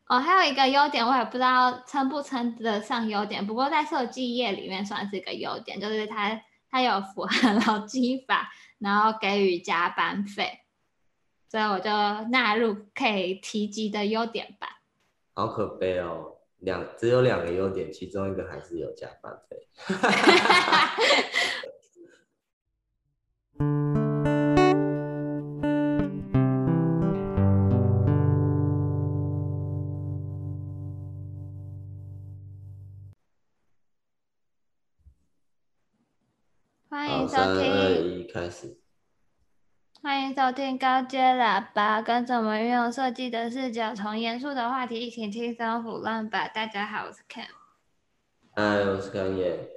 哦，还有一个优点，我也不知道称不称得上优点，不过在设计业里面算是一个优点，就是它有符合劳基法，然后给予加班费，所以我就纳入可以提及的优点吧。 好可悲哦，只有2个优点，其中一个还是有加班费。好， 欢迎收听， 3、2、1，开始。 欢迎收听高阶喇叭，跟着我们运用设计的视角，从严肃的话题一起轻松胡乱吧。大家好，我是 Ken。 嗨，我是康燕。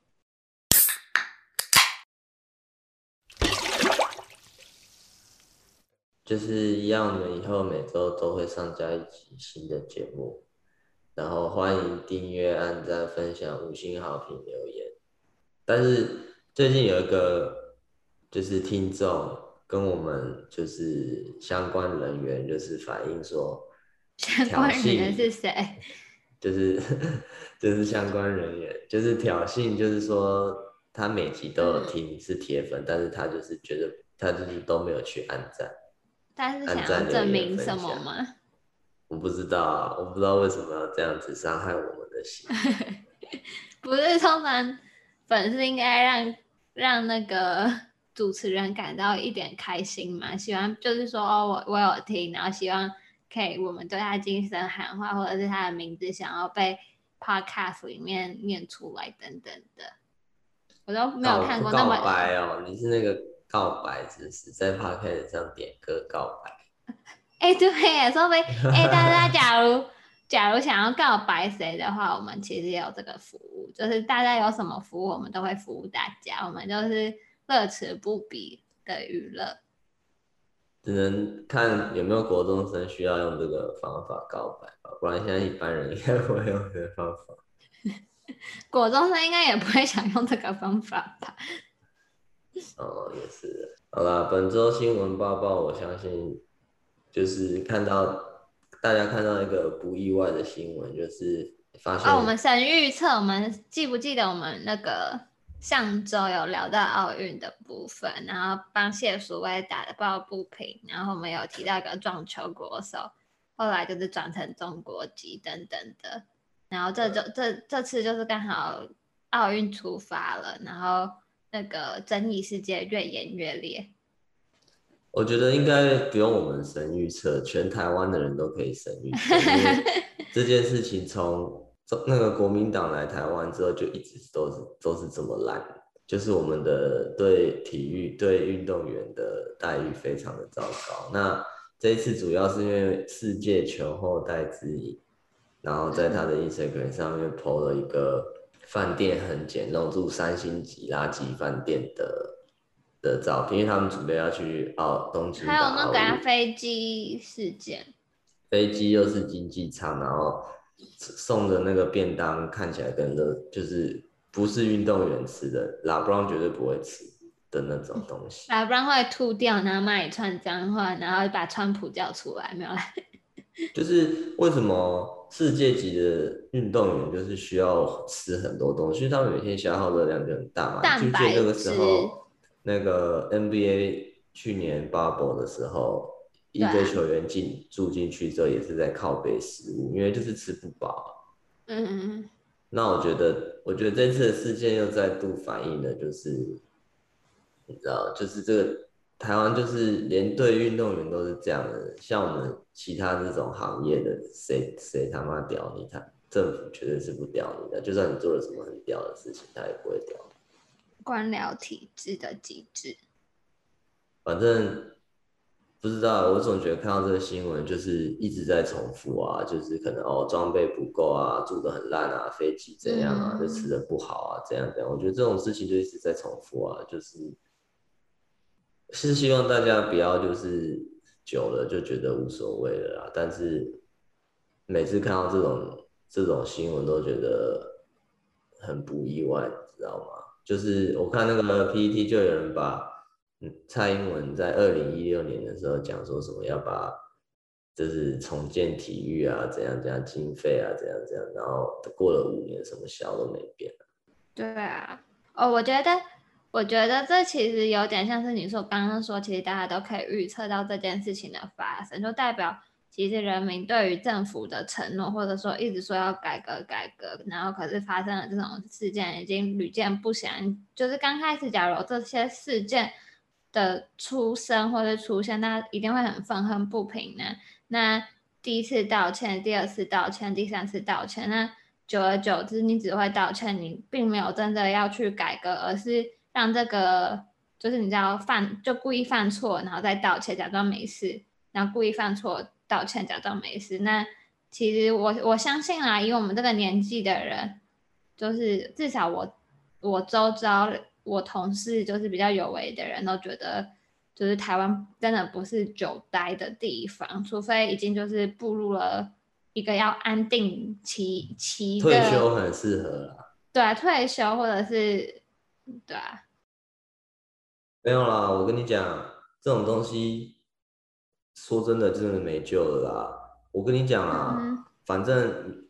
就是一样的，以后每周都会上架一集新的节目，然后欢迎订阅、按赞、分享、5星好评、留言。但是最近有一个就是听众跟我们就是相关人员就是反映说， 相挑关人员是衅谁？ 就是就是相关人员就是挑衅，就是说他每集都有听是铁粉，但是他就是觉得他就是都没有去按赞。 他是想要按赞、留言、 证明什分享。 么吗？ 我不知道啊，我不知道为什么要这样子伤害我们的心。 不是，通常粉丝应该让那个主持人感到一点开心嘛，希望就是说哦，我有听，然后希望可以我们对他精神喊话，或者是他的名字想要被 podcast 里面念出来等等的，我都没有看过那么告白哦，你是那个告白是不是在 podcast 上点歌告白？ 对耶，说不定大家假如想要告白谁的话，我们其实也有这个服务，就是大家有什么服务，我们都会服务大家，我们就是乐此不疲的娱乐。 只能看有没有国中生需要用这个方法告白吧，不然现在一般人应该不会用这个方法。 国中生应该也不会想用这个方法吧？ 哦，也是的。好啦，本周新闻报报，我相信就是大家看到一个不意外的新闻，就是发哦，我们现神预测，我们记不记得我们那个上周有聊到奥运的部分，然后帮谢淑薇打的抱不平，然后我们有提到一个撞球国手，后来就是转成中国籍等等的，然后这次就是刚好奥运出发了，然后那个争议事件越演越烈。 我觉得应该不用我们神预测，全台湾的人都可以神预测，因为这件事情从那个国民党来台湾之后，就一直都是这么烂，就是我们的对体育对运动员的待遇非常的糟糕。那这一次主要是因为世界球后戴资颖，然后在他的 Instagram 上面 po 了一个饭店很简陋，住3星级垃圾饭店的照片，因为他们准备要去东京打还有那个奥运， 飞机事件。 飞机又是经济舱，然后送的那个便当看起来就是不是运动员吃的，拉布朗绝对不会吃的那种东西。 不然会吐掉，然后骂一串脏话，然后把川普叫出来，没有啦。 就是为什么世界级的运动员就是需要吃很多东西，因为他们每天消耗热量就很大嘛。你记蛋不记得那个时白质， 候，那个 NBA 去年 bubble 的时候，一堆对啊， 球员住进去之后也是在靠背食物，因为就是吃不饱。 嗯， 那我觉得这次的事件又再度反映了，就是你知道，就是这个台湾就是连对运动员都是这样的，像我们其他这种行业的，谁他妈屌你？他政府绝对是不屌你的，就算你做了什么很屌的事情，他也不会屌你。 官僚体制的机制。 反正不知道，我总觉得看到这个新闻就是一直在重复啊，就是可能装备不够啊，住得很烂啊，飞机怎样啊，就吃嗯， 的不好啊，怎样怎样。我觉得这种事情就一直在重复啊，是希望大家不要就是久了就觉得无所谓了啦，但是每次看到这种新闻都觉得很不意外，你知道吗？就是我看那个 PPT 就有人把蔡英文在2016年的时候讲说什么要把就是重建体育啊，怎样怎样经费啊，怎样怎样，然后过了5年，什么小都没变。 对啊，我觉得这其实有点像是你说刚刚说，其实大家都可以预测到这件事情的发生，就代表其实人民对于政府的承诺，或者说一直说要改革改革，然后可是发生了这种事件，已经屡见不鲜。就是刚开始，假如这些事件的出生或者出现，大家一定会很愤恨不平呢。那第一次道歉，第二次道歉，第三次道歉，那久而久之，你只会道歉，你并没有真的要去改革，而是让这个就是你知道就故意犯错，然后再道歉，假装没事，然后故意犯错道歉，假装没事。那其实我相信啦，以我们这个年纪的人，就是至少我周遭我同事就是比较有为的人都觉得。就是台湾真的不是久待的地方，除非已经就是步入了一个要安定期退的， 休很适合啦。 对啊，退休或者是对啊， 没有啦，我跟你讲，这种东西说真的，真的没救了啦。我跟你讲啊， 嗯， 反正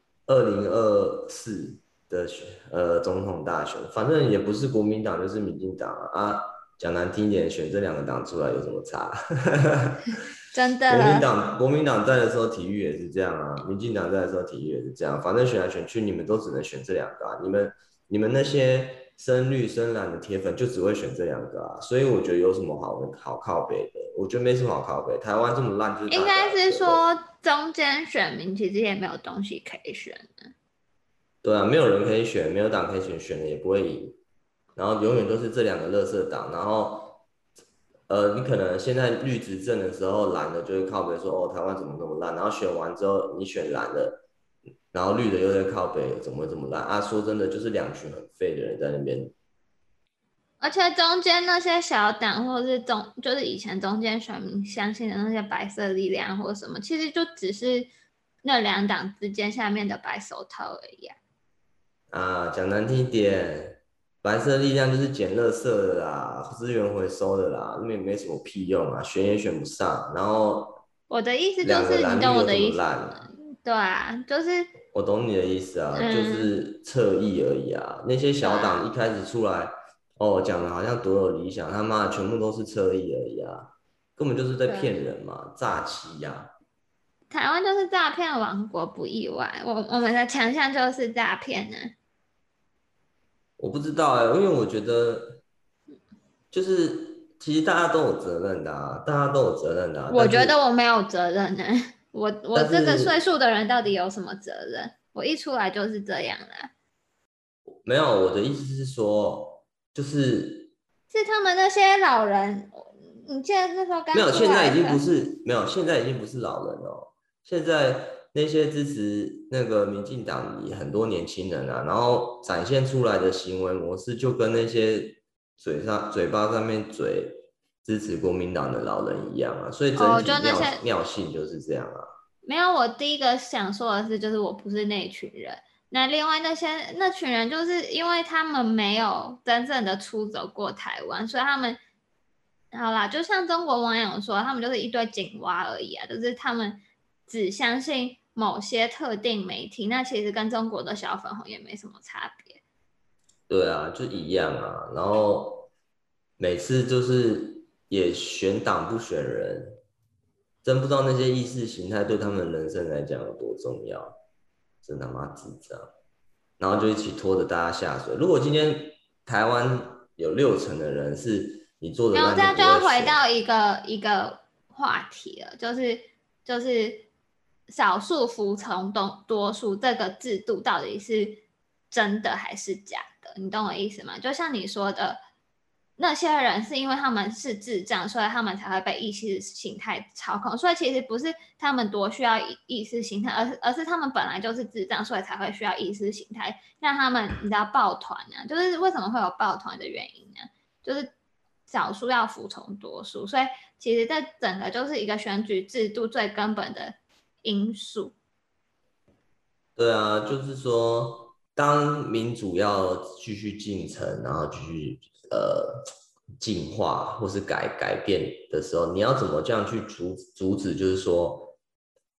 2024的总统大选，反正也不是国民党就是民进党啊。讲难听一点，选这2个党出来有什么差？ 真的， 国民党在的时候，体育也是这样啊；民进党在的时候，体育也是这样。反正选来选去，你们都只能选这2个啊。你们那些深绿深蓝的铁粉，就只会选这2个啊。所以我觉得有什么好靠北的？我觉得没什么好靠北。台湾这么烂，就是大应该家的责任。 是说中间选民其实也没有东西可以选的。 对啊，没有人可以选，没有党可以选，选了也不会赢。然后永远都是这2个垃圾党，然后你可能现在绿执政的时候，蓝的就会靠北说哦，台湾怎么这么烂，然后选完之后你选蓝的，然后绿的又在靠北，怎么会这么烂啊？说真的，就是2群很废的人在那边。 而且中间那些小党，或者是就是以前中间选民相信的那些白色力量或者什么，其实就只是那2党之间下面的白手套而已啊。 啊，讲难听一点，白色力量就是捡垃圾的啦，资源回收的啦，那没什么屁用啊，选也选不上，然后我的意思就两个是，你懂我蓝绿又这么的意思， 烂。 对啊，就是我懂你的意思啊，就嗯， 是侧翼而已啊。那些小党对啊， 一开始出来，哦，讲的好像多有理想，他妈的全部都是侧翼而已啊，根本就是在对， 骗人嘛，诈欺呀、 台湾就是诈骗王国，不意外。我们的强项就是诈骗呢。 我不知道哎、因为我觉得就是其实大家都有责任的啊，大家都有责任的啊， 我觉得我没有责任呢。我但这个岁是数的人到底有什么责任？我一出来就是这样啦。 没有我的意思是说，就是是他们那些老人，你记得那时候没有， 刚出现在已经不来的， 是没有，现在已经不是老人哦。现在那些支持那个民进党里很多年轻人啊，然后展现出来的行为模式，就跟那些嘴巴上面嘴支持国民党的老人一样啊。所以整哦，就体那些尿性就是这样啊。 没有。我第一个想说的是，就是我不是那群人。那另外那群人，就是因为他们没有真正的出走过台湾，所以他们好啦，就像中国网友说，他们就是一堆井蛙而已啊，就是他们只相信某些特定媒体，那其实跟中国的小粉红也没什么差别。 对啊，就一样啊。然后每次就是也选党不选人，真不知道那些意识形态对他们人生来讲有多重要，真他妈智障。然后就一起拖着大家下水。如果今天台湾有60%的人是你做的然后烂就不这样就要回会选。 到一个话题了，就是少数服从多数这个制度到底是真的还是假的？你懂我意思吗？就像你说的，那些人是因为他们是智障，所以他们才会被意识形态操控。所以其实不是他们多需要意识形态，而是他们本来就是智障，所以才会需要意识形态，让他们你知道抱团啊，就是为什么会有抱团的原因呢？就是少数要服从多数，所以其实这整个就是一个选举制度最根本的因素。 对啊，就是说，当民主要继续进程，然后继续进化或是改变的时候，你要怎么这样去阻止？就是说，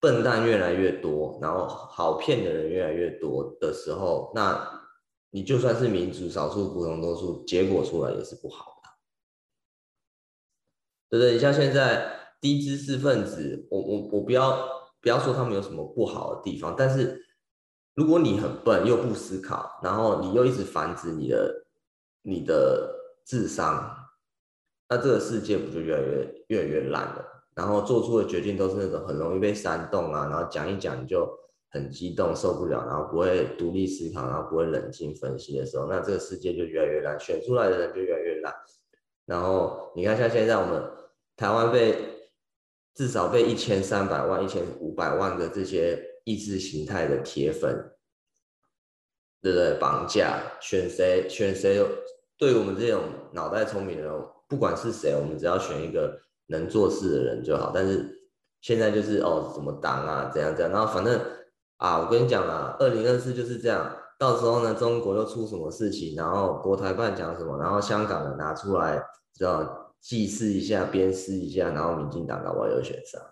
笨蛋越来越多，然后好骗的人越来越多的时候，那你就算是民主，少数服从多数，结果出来也是不好的，对不对？你像现在低知识分子，我不要说他们有什么不好的地方，但是如果你很笨又不思考，然后你又一直繁殖你的智商，那这个世界不就越来越烂了？然后做出的决定都是那种很容易被煽动啊，然后讲一讲你就很激动受不了，然后不会独立思考，然后不会冷静分析的时候，那这个世界就越来越烂，选出来的人就越来越烂。然后你看，像现在我们台湾至少被1300万、1500万的这些意识形态的铁粉，对不对？绑架，选谁选谁，对我们这种脑袋聪明的人，不管是谁，我们只要选一个能做事的人就好。但是现在就是什么党啊，怎样怎样，然后反正我跟你讲啦，2024就是这样。到时候呢，中国又出什么事情，然后国台办讲什么，然后香港人拿出来，知道祭祀一下、鞭尸一下，然后民进党搞不好又选上。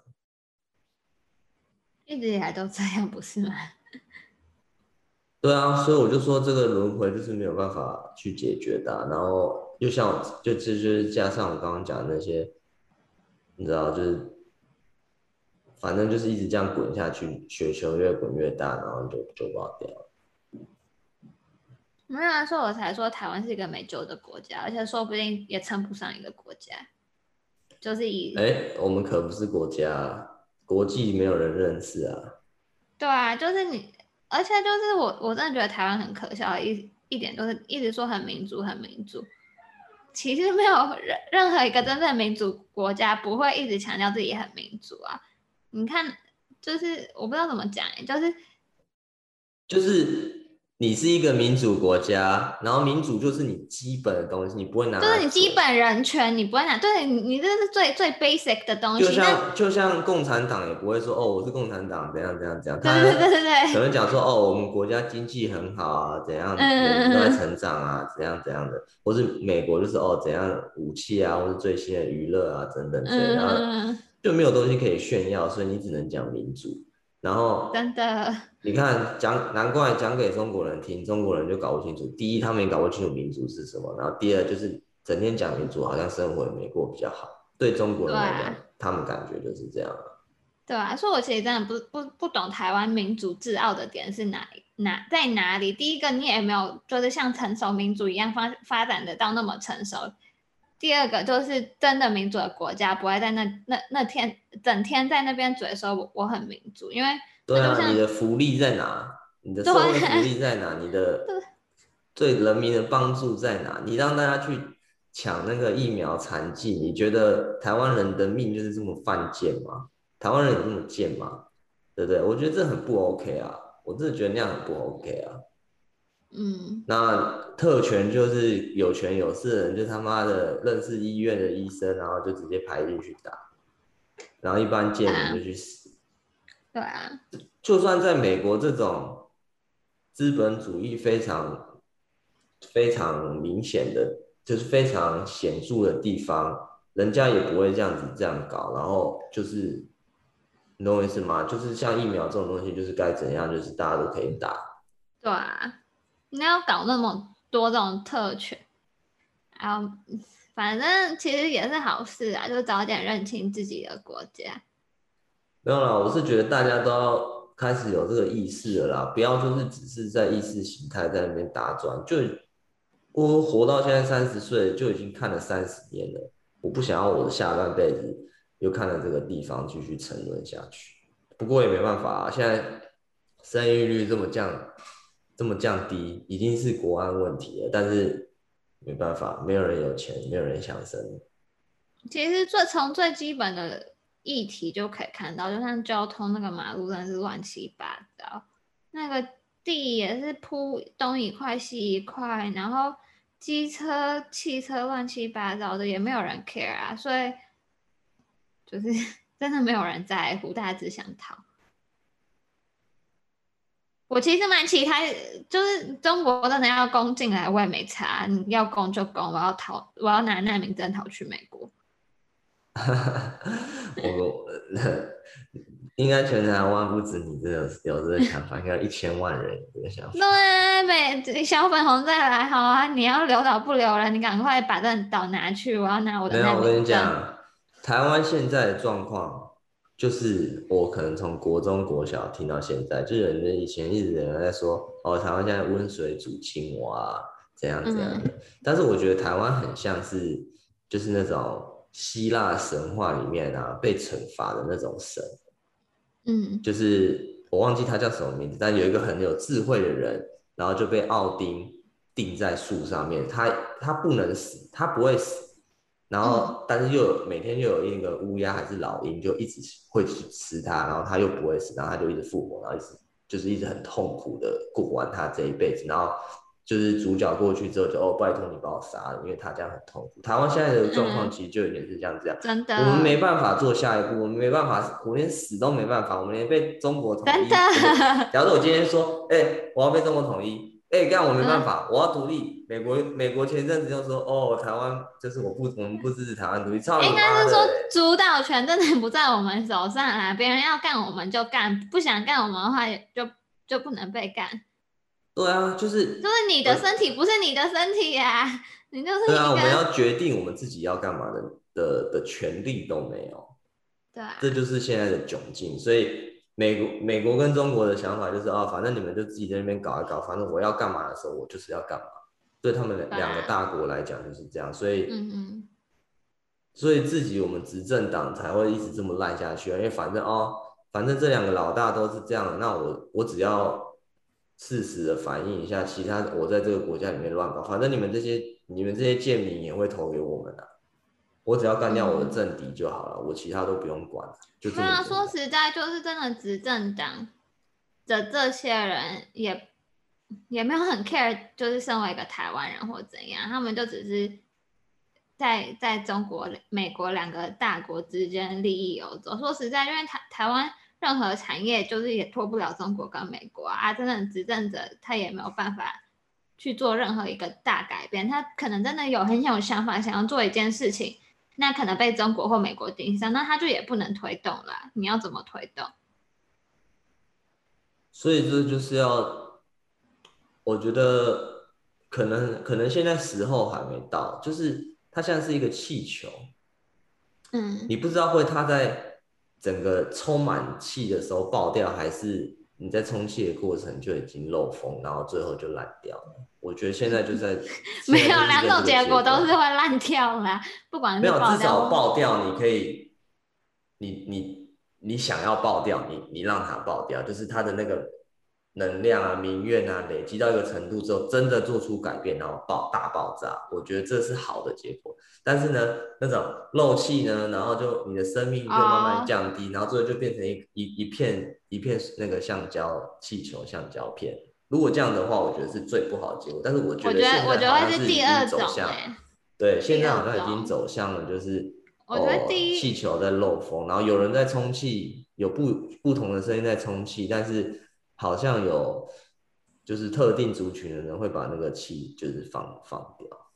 一直以来都这样，不是吗？ 对啊，所以我就说这个轮回就是没有办法去解决的然后又像就是加上我刚刚讲的那些，你知道，就是反正就是一直这样滚下去，雪球越滚越大，然后就爆掉了。 没有啊，所以我才说台湾是一个没救的国家，而且说不定也称不上一个国家，就是我们可不是国家，国际没有人认识啊。 对啊，就是你，而且就是我真的觉得台湾很可笑的一点，就是一直说很民主很民主，其实没有任何一个真正民主国家不会一直强调自己很民主啊。你看，就是我不知道怎么讲， 就是你是一个民主国家，然后民主就是你基本的东西，你不会拿就是来嘴。 你基本人权你不会拿，对你这是最 basic 的东西。 就像共产党也不会说我是共产党怎样怎样怎样，他对对对对对对， 可能讲说我们国家经济很好啊，怎样每年都在嗯， 成长啊，怎样怎样的，或是美国就是怎样武器啊，或是最新的娱乐啊等等之类的，然后就没有东西可以炫耀，所以你只能讲民主。然后真的， 你看难怪讲给中国人听，中国人就搞不清楚。第一，他们也搞不清楚民主是什么，然后第二就是整天讲民主，好像生活也没过比较好。对中国人来讲， 对啊， 他们感觉就是这样啊。 对啊，所以我其实真的不懂台湾民主自傲的点是在哪里？第一个，你也没有就是像成熟民主一样发展得到那么成熟。第二个就是真的民主的国家不会在那天整天在那边嘴说我很民主，因为对啊，你那就像的福利在哪？你的对社会福利啊， 在哪？你的对对人民的帮助在哪？你让大家去抢那个疫苗残剂，你觉得台湾人的命就是这么犯贱吗？台湾人有这么贱吗？对不对？我觉得这很不 OK 啊，我真的觉得那样很不 OK 啊。 嗯那特权就是有权有势的人，就他妈的认识医院的医生，然后就直接排进去打，然后一般贱民就啊去死。 对啊， 就算在美国这种资本主义非常明显的，就是非常显著的地方，人家也不会这样搞。然后就是，你懂我意思吗？就是像疫苗这种东西，就是该怎样，就是大家都可以打。 对啊，你要搞那么多这种特权，然后反正其实也是好事啊，就早点认清自己的国家。 没有啦，我是觉得大家都要开始有这个意识了啦，不要就是只是在意识形态在那边打转。就我活到现在30岁，就已经看了30年了，我不想要我的下半辈子又看了这个地方继续沉沦下去。不过也没办法啊，现在生育率这么降低，已经是国安问题了。但是没办法，没有人有钱，没有人想生。 其实从最基本的议题就可以看到，就像交通那个马路真的是乱七八糟，那个地也是铺东一块西一块，然后机车、汽车乱七八糟的，也没有人 care 啊，所以就是真的没有人在乎，大家只想逃。我其实蛮期待，就是中国真的要攻进来，我也没差，你要攻就攻，我要拿难民证逃去美国。 我应该全台湾不止你有这个想法，应该1000万人有这个想法。 对，小粉红再来好啊！你要留岛不留人，你赶快把这岛拿去，我要拿我的没有，我跟你难民证。 讲，台湾现在的状况就是我可能从国中、国小听到现在，就有人以前一直有人在说，哦，台湾现在温水煮青蛙，怎样怎样的。但是我觉得台湾很像是就是那种希腊神话里面啊被惩罚的那种神，就是我忘记他叫什么名字，但有一个很有智慧的人，然后就被奥丁钉在树上面，他不能死，他不会死，然后但是每天又有一个乌鸦还是老鹰就一直会去吃它，然后他又不会死，然后他就一直复活，然后一直很痛苦的过完他这一辈子，然后就是主角过去之后就哦拜托你把我杀了，因为他这样很痛苦。台湾现在的状况其实就有点是这样， 真的， 我们没办法做下一步，我们没办法，我连死都没办法，我们连被中国统真一。 的。 假如我今天说，我要被中国统一，干我没办法，我要独立。美国前阵子就说，哦，台湾就是我们不支持台湾独立，操应你妈的！ 该是说主导权真的不在我们手上啊，别人要干我们就干，不想干我们的话就不能被干。 对啊，就是你的身体不是你的身体呀、你就是对啊， 一个。 我们要决定我们自己要干嘛的权利都没有， 对啊， 这就是现在的窘境。所以美国跟中国的想法就是哦，反正你们就自己在那边搞一搞，反正我要干嘛的时候我就是要干嘛。对他们对啊， 两个大国来讲就是这样，所以嗯自己我们执政党才会一直这么烂下去啊，因为反正这两个老大都是这样，那我只要适时的反映一下，其他我在这个国家里面乱搞，反正你们这些贱民也会投给我们的、我只要干掉我的政敌就好了，我其他都不用管，就这没有说么简单。 实在，就是真的执政党的这些人也没有很 care，就是身为一个台湾人或怎样，他们就只是在中国、美国两个大国之间利益游走。说实在，因为台湾任何产业就是也脱不了中国跟美国啊，真的执政者他也没有办法去做任何一个大改变，他可能真的很有想法，想要做一件事情。那可能被中国或美国盯上，那他就也不能推动了。你要怎么推动？ 所以这就是我觉得可能现在时候还没到，就是它像是一个气球，你不知道它在整个充满气的时候爆掉，还是你在充气的过程就已经漏风，然后最后就烂掉了。我觉得现在没有就是两种在这个结果都是阶段， 会烂掉啦，不管没有， 是爆掉至少或。 爆掉，你可以，你想要爆掉，你让它爆掉，就是它的那个能量啊、民怨啊累积到一个程度之后，真的做出改变，然后大爆炸，我觉得这是好的结果。但是呢，那种漏气呢，然后就你的生命就慢慢降低，然后最后就变成一片那个气球橡胶片。如果这样的话，我觉得是最不好的结果。但是我觉得现在好我觉得会是像是已经第二种走向。对，现第二在好像已经种。 走向了，就是我觉得气球在漏风，然后有人在充气，有不同的声音在充气，但是好像有就是特定族群的人会把那个气就是放掉。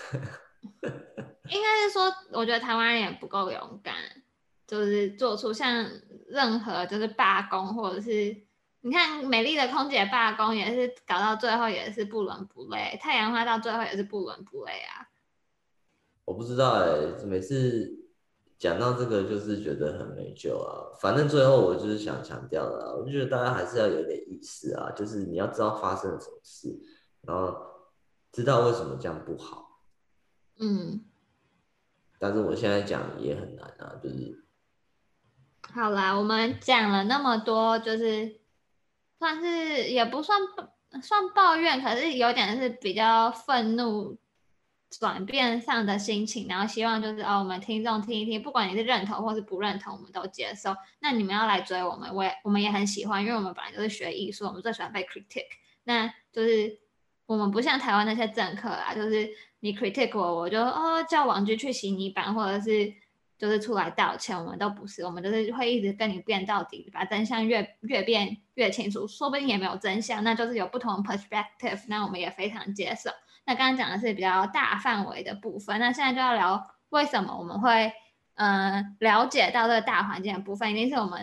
应该是说，我觉得台湾人也不够勇敢，就是做出像任何就是罢工，或者是你看美丽的空姐罢工，也是搞到最后也是不伦不类，太阳花到最后也是不伦不类啊。 我不知道每次讲到这个就是觉得很没救啊。反正最后我就是想强调的啊，我就觉得大家还是要有点意识啊，就是你要知道发生了什么事，然后知道为什么这样不好。 嗯， 但是我现在讲也很难啊，就是好啦，我们讲了那么多，就是算是也不算抱怨，可是有点是比较愤怒转变上的心情，然后希望就是我们听众听一听，不管你是认同或是不认同，我们都接受。那你们要来追我们，我们也很喜欢，因为我们本来就是学艺术，我们最喜欢被 critic。那就是我们不像台湾那些政客啊，就是你 critic 我就叫网剧去洗你版，或者是就是出来道歉，我们都不是，我们就是会一直跟你辩到底，把真相越辩越清楚，说不定也没有真相，那就是有不同 perspective，那我们也非常接受。那刚刚讲的是比较大范围的部分，那现在就要聊为什么我们会了解到这个大环境的部分，一定是我们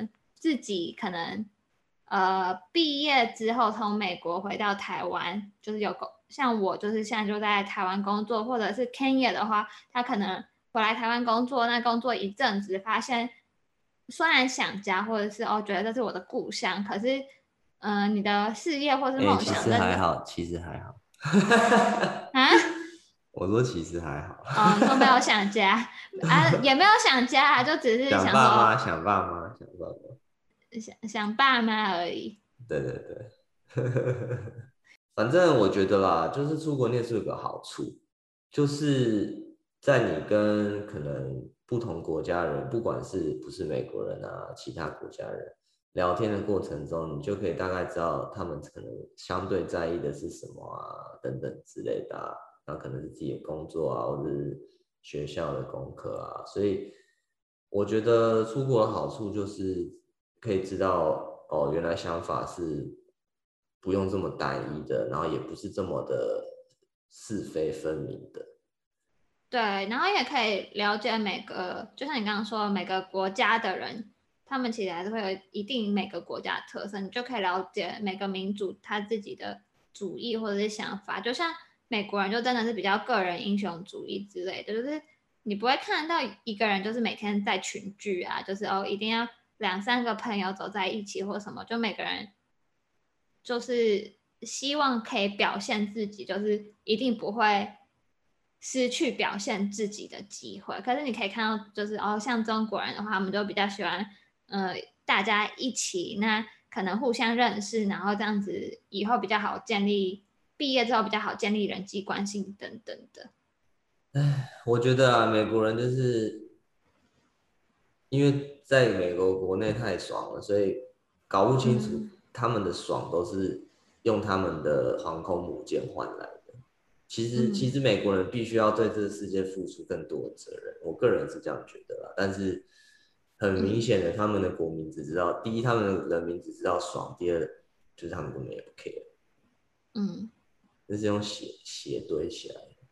自己可能毕业之后从美国回到台湾，就是像我就是现在就在台湾工作，或者是 Kenya 的话，他可能回来台湾工作，那工作一阵子，发现虽然想家，或者是觉得这是我的故乡，可是你的事业或是梦其想实还好，其实还好。 啊。 我说其实还好。 你说没有想家啊，也没有想家啊，就只是想想说爸妈，想爸妈，想爸妈。 想爸妈而已。 对对对。反正我觉得啦，就是出国念书有个好处，就是在你跟可能不同国家人，不管是不是美国人啊，其他国家人聊天的过程中，你就可以大概知道他们可能相对在意的是什么啊，等等之类的啊，那可能是自己的工作啊，或者是学校的功课啊，所以我觉得出国的好处就是可以知道哦，原来想法是不用这么单一的，然后也不是这么的是非分明的。 对，然后也可以了解就像你刚刚说的，每个国家的人，他们其实还是会有一定每个国家的特色，你就可以了解每个民族他自己的主义或者是想法。就像美国人就真的是比较个人英雄主义之类的，就是你不会看到一个人就是每天在群聚啊，就是一定要2、3个朋友走在一起或什么，就每个人就是希望可以表现自己，就是一定不会失去表现自己的机会。可是你可以看到，就是像中国人的话，他们就比较喜欢，大家一起，那可能互相认识，然后这样子以后比较好毕业之后比较好建立人际关系等等的。 我觉得啊，美国人就是因为在美国国内太爽了，所以搞不清楚他们的爽都是用他们的航空母舰换来的。其实美国人必须要对这个世界付出更多的责任，我个人是这样觉得啦。但是很明显的，他们的国民只知道，第一，他们的人民只知道爽；第二，就是他们根本也不 care。这是用血堆起来的。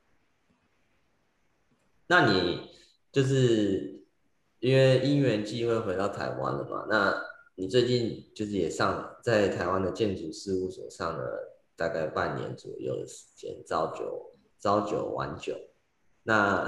那你就是因为因缘际会回到台湾了嘛？那你最近就是也在台湾的建筑事务所上了大概半年左右的时间，朝九晚九。那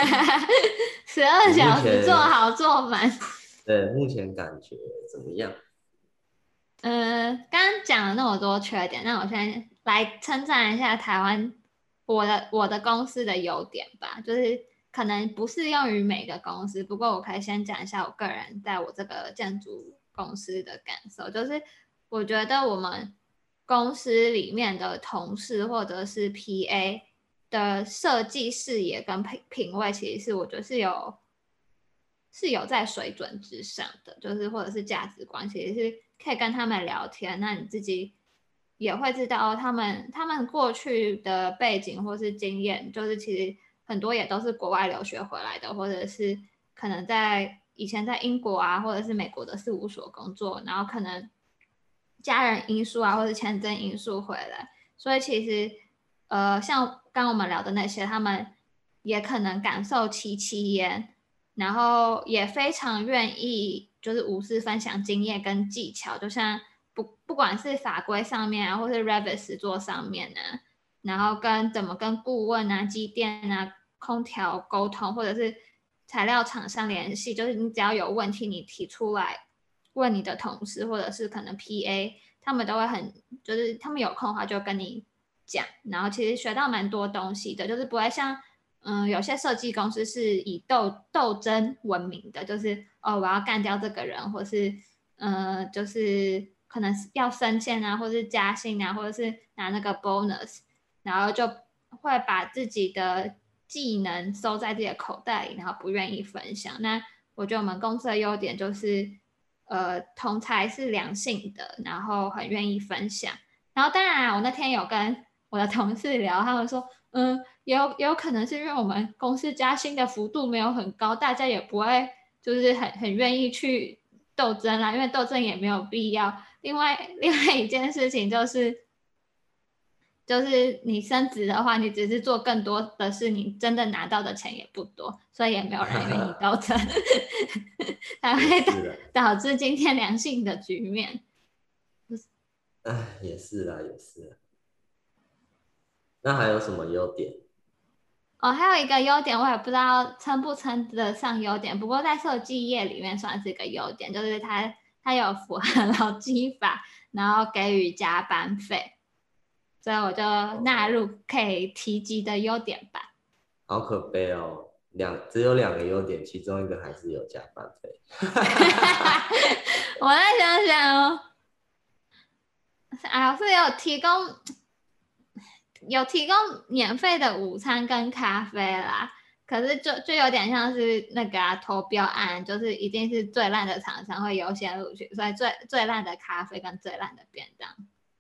12 你目小时做前好做满。 对目前感觉怎么样？ 刚刚讲了那么多缺点，那我现在来称赞一下台湾我的公司的优点吧，就是可能不适用于每个公司，不过我可以先讲一下我个人在我这个建筑公司的感受，就是我觉得我们公司里面的同事或者是 PA 的设计视野跟品味，其实是我觉得是有在水准之上的，就是或者是价值观，其实是可以跟他们聊天，那你自己也会知道他们过去的背景或是经验，就是其实很多也都是国外留学回来的，或者是可能以前在英国啊，或者是美国的事务所工作，然后可能家人因素啊，或者签证因素回来，所以其实像刚我们聊的那些，他们也可能感受其焉。然后也非常愿意就是无私分享经验跟技巧，就像不管是法规上面啊，或是 Revit 实作上面啊，然后怎么跟顾问啊、机电啊、空调沟通，或者是材料厂商联系，就是你只要有问题，你提出来问你的同事或者是可能 PA，他们都会就是他们有空的话就跟你讲，然后其实学到蛮多东西的，就是不会像有些设计公司是以斗争闻名的，就是我要干掉这个人，或是就是可能要升迁啊，或是加薪啊，或者是拿那个 bonus，然后就会把自己的技能收在自己的口袋里，然后不愿意分享。那我觉得我们公司的优点就是，同才是良性的，然后很愿意分享。然后当然，我那天有跟我的同事聊，他们说，也有可能是因为我们公司加薪的幅度没有很高，大家也不会就是很愿意去斗争啦，因为斗争也没有必要。另外一件事情就是， 就是你升职的话，你只是做更多的事，你真的拿到的钱也不多，所以也没有人愿意斗争，才会导致今天良性的局面。 哎，也是啦，也是啦。那还有什么优点？ 哦，还有一个优点，我也不知道称不称得上优点，不过在设计业里面算是一个优点，就是它有符合劳基法，然后给予加班费，所以我就纳入可以提及的优点吧。 好可悲哦，只有2个优点，其中一个还是有加班费。 我再想想哦，啊，是有提供免费的午餐跟咖啡啦，可是就有点像是那个投标案，就是一定是最烂的厂商会优先录取，所以最烂的咖啡跟最烂的便当。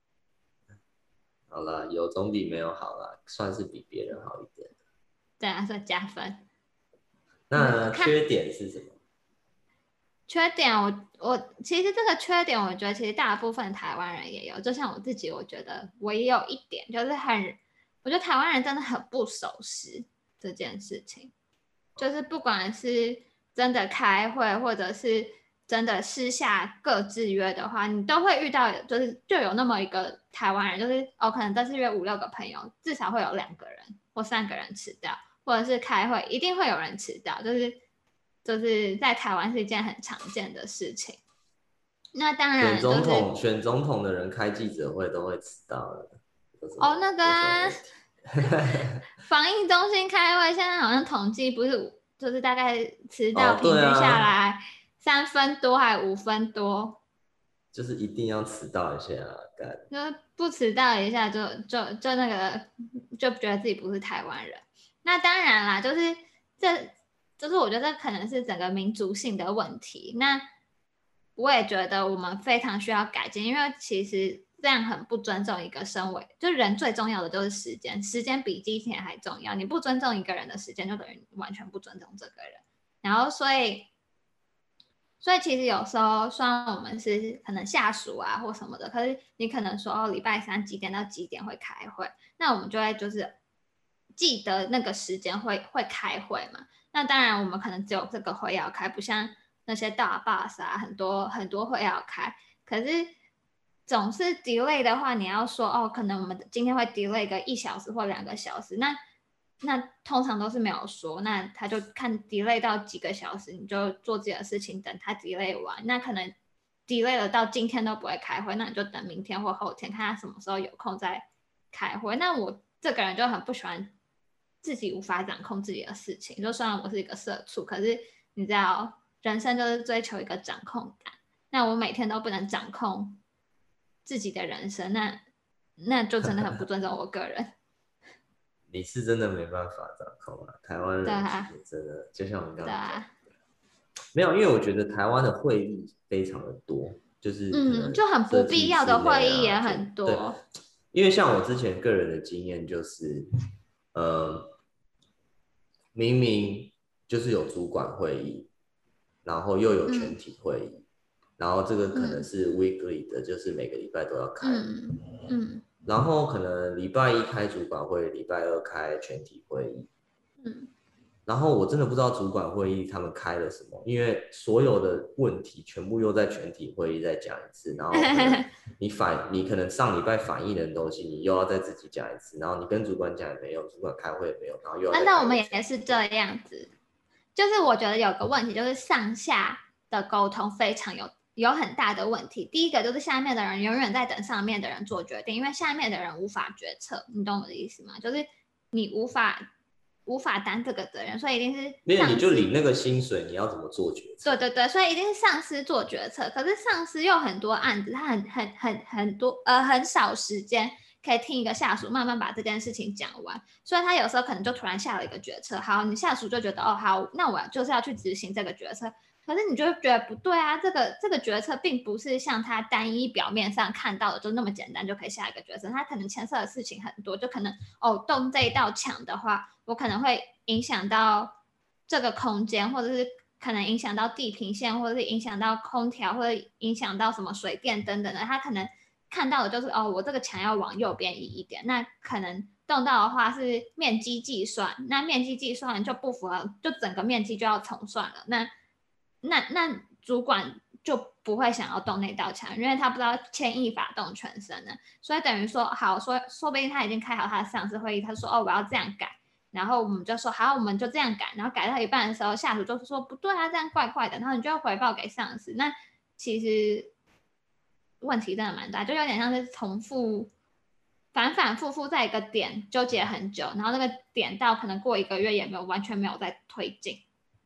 好啦，有总比没有好啦，算是比别人好一点。 对啊，所以加分。 那缺点是什么？ 缺点我其实这个缺点，我觉得其实大部分台湾人也有，就像我自己，我觉得我也有一点，就是我觉得台湾人真的很不守时这件事情，就是不管是真的开会，或者是真的私下各自约的话，你都会遇到，就有那么一个台湾人，就是可能这次约5、6个朋友，至少会有2个人或3个人迟到，或者是开会一定会有人迟到，就是在台湾是一件很常见的事情。那当然就是选总统的人开记者会都会迟到的。 那个防疫中心开会，现在好像统计不是就是大概迟到平均下来3分多还5分多， 就是一定要迟到一下就不迟到一下就那个就觉得自己不是台湾人。那当然啦，就是我觉得这可能是整个民族性的问题。那我也觉得我们非常需要改进，因为其实这样很不尊重一个身为，就人最重要的就是时间，时间比金钱还重要。你不尊重一个人的时间，就等于完全不尊重这个人。然后所以其实有时候虽然我们是可能下属啊或什么的，可是你可能说礼拜3几点到几点会开会，那我们就会就是记得那个时间会开会嘛。那当然我们可能只有这个会要开，不像那些大 boss 啊很多很多会要开，可是总是 delay 的话，你要说可能我们今天会 delay 个1小时或2个小时，那通常都是没有说，那他就看 delay 到几个小时，你就做自己的事情，等他 delay 完。那可能 delay 了到今天都不会开会，那你就等明天或后天，看他什么时候有空再开会。那我这个人就很不喜欢自己无法掌控自己的事情，就虽然我是一个社畜，可是你知道，人生就是追求一个掌控感。那我每天都不能掌控自己的人生，那就真的很不尊重我个人。 你是真的没办法掌控啊，台湾人其实真的就像我们刚刚讲的，没有，因为我觉得台湾的会议非常的多，就是可能就很不必要的会议也很多。 对，因为像我之前个人的经验就是，明明就是有主管会议，然后又有全体会议，然后这个可能是 weekly 的，就是每个礼拜都要开，然后可能礼拜1开主管会，礼拜2开全体会议，然后我真的不知道主管会议他们开了什么，因为所有的问题全部又在全体会议再讲一次，然后可能你可能上礼拜反映的东西，你又要再自己讲一次，然后你跟主管讲也没有，主管开会也没有，然后又要再那我们也是这样子，就是我觉得有个问题，就是上下的沟通非常有很大的问题。第一个就是下面的人永远在等上面的人做决定，因为下面的人无法决策，你懂我的意思吗？就是你无法担这个责任，所以一定是因为你就领那个薪水，你要怎么做决策？ 对，所以一定是上司做决策。可是上司又很多案子，他很多很少时间可以听一个下属慢慢把这件事情讲完，所以他有时候可能就突然下了一个决策，好，你下属就觉得好，那我就是要去执行这个决策。可是你就觉得不对啊，这个决策并不是像他单一表面上看到的就那么简单就可以下一个决策，他可能牵涉的事情很多，就可能动这一道墙的话，我可能会影响到这个空间，或者是可能影响到地平线，或者是影响到空调，或者影响到什么水电等等的，他可能看到的就是我这个墙要往右边移一点，那可能动到的话是面积计算，那面积计算就不符合，就整个面积就要重算了。那主管就不会想要动那道墙，因为他不知道牵一发动全身的，所以等于说好，说不定他已经开好他的上司会议，他说我要这样改，然后我们就说好，我们就这样改，然后改到一半的时候，下属就说不对啊，这样怪怪的，然后你就要回报给上司，那其实问题真的蛮大，就有点像是重复。反反复复在一个点纠结很久，然后那个点到可能过1个月也完全没有在推进。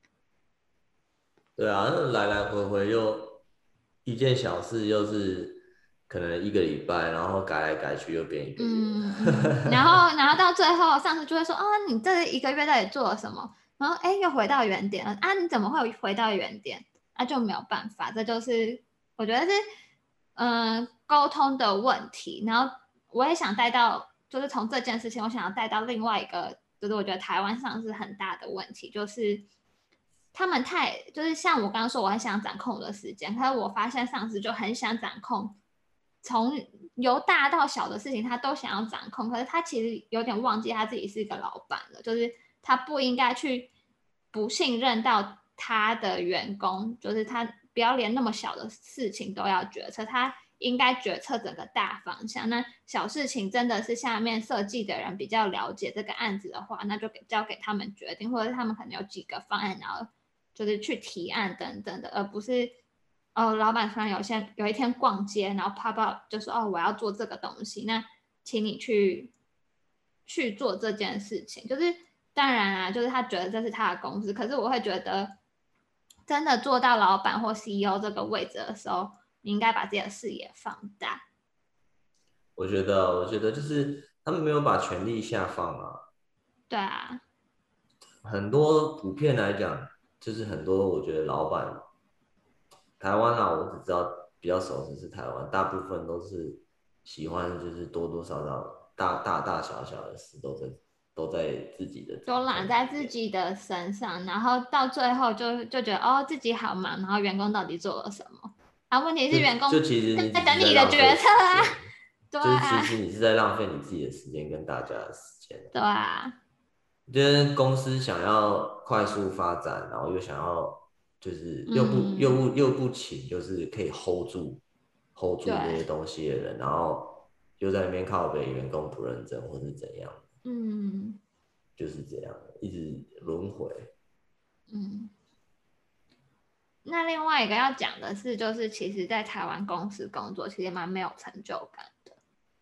对啊，那来来回回又一件小事，又是可能1个礼拜，然后改来改去又变1个月。 然后到最后，上司就会说你这1个月到底做了什么？然后又回到原点了啊！你怎么会回到原点？就没有办法，这就是我觉得是沟通的问题。然后我也想带到，就是从这件事情，我想要带到另外一个，就是我觉得台湾上是很大的问题，就是他们就是像我刚刚说，我很想掌控我的时间，可是我发现上司就很想掌控，从由大到小的事情他都想要掌控，可是他其实有点忘记他自己是一个老板了，就是他不应该去不信任到他的员工，就是他不要连那么小的事情都要决策，他应该决策整个大方向。那小事情真的是下面设计的人比较了解这个案子的话，那就交给他们决定，或者他们可能有几个方案，然后就是去提案等等的，而不是老板突然有一天逛街，然后pop up就说我要做这个东西，那请你去做这件事情。就是当然啊，就是他觉得这是他的公司，可是我会觉得真的做到老板或 CEO 这个位置的时候，你应该把自己的视野放大。 我觉得就是他们没有把权力下放啊。 对啊， 很多普遍来讲，就是很多我觉得老板，台湾啊，我只知道比较熟悉是台湾，大部分都是喜欢就是多多少少大小小的事都在自己的都掌揽在自控里面。 己的身上，然后到最后就觉得自己好忙，然后员工到底做了什么？问题是员工就其实你只是在等你的在浪费决策啊。 时间， 对就是其啊， 实你是在浪费你自己的时间跟大家的时间。 对啊， 我觉得公司想要快速发展，然后又想要就是又不请，就是可以 hold 住这些对， 东西的人，然后又在那边靠北员工不认真或是怎样， 嗯就是这样一直轮回。 嗯。那另外一个要讲的是，就是其实，在台湾公司工作其实蛮没有成就感的。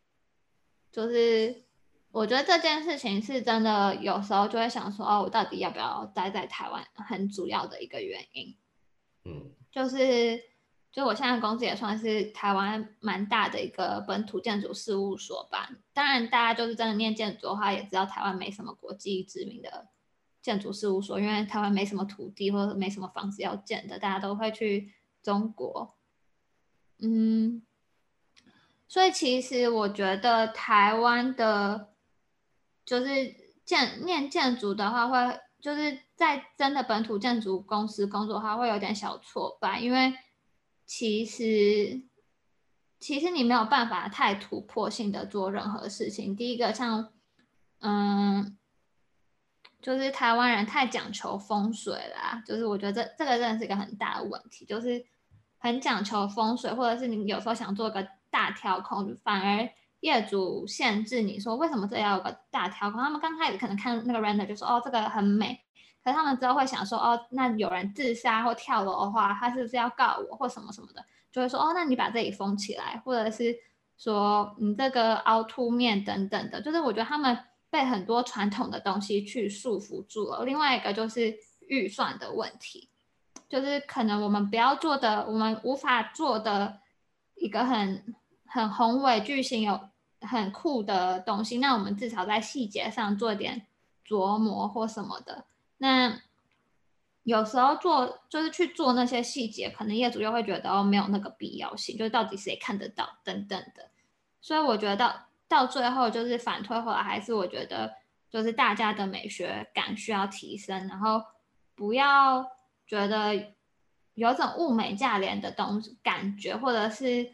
就是我觉得这件事情是真的，有时候就会想说，我到底要不要待在台湾？很主要的一个原因， 嗯就我现在公司也算是台湾蛮大的一个本土建筑事务所吧。当然，大家就是真的念建筑的话，也知道台湾没什么国际知名的建筑事务所，因为台湾没什么土地或者没什么房子要建的，大家都会去中国。嗯，所以其实我觉得台湾的，就是念建筑的话会，就是在真的本土建筑公司工作的话，会有点小挫败，因为其实其实你没有办法太突破性的做任何事情。第一个像，嗯，就是台湾人太讲求风水啦，就是我觉得这个真的是一个很大的问题，就是很讲求风水，或者是你有时候想做个大挑空，反而业主限制你说为什么这要有个大挑空？他们刚开始可能看那个 render 就说这个很美，可是他们之后会想说那有人自杀或跳楼的话，他是不是要告我或什么什么的？就会说那你把这里封起来，或者是说你这个凹凸面等等的，就是我觉得他们被很多传统的东西去束缚住了。另外一个就是预算的问题，就是可能我们不要做的，我们无法做的一个很宏伟巨型有很酷的东西，那我们至少在细节上做点琢磨或什么的。那有时候就是去做那些细节，可能业主又会觉得没有那个必要性，就是到底谁看得到等等的。所以我觉得到最后就是反推回来，还是我觉得就是大家的美学感需要提升，然后不要觉得有种物美价廉的感觉，或者是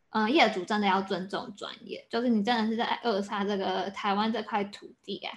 业主真的要尊重专业，就是你真的是在扼杀这个台湾这块土地啊。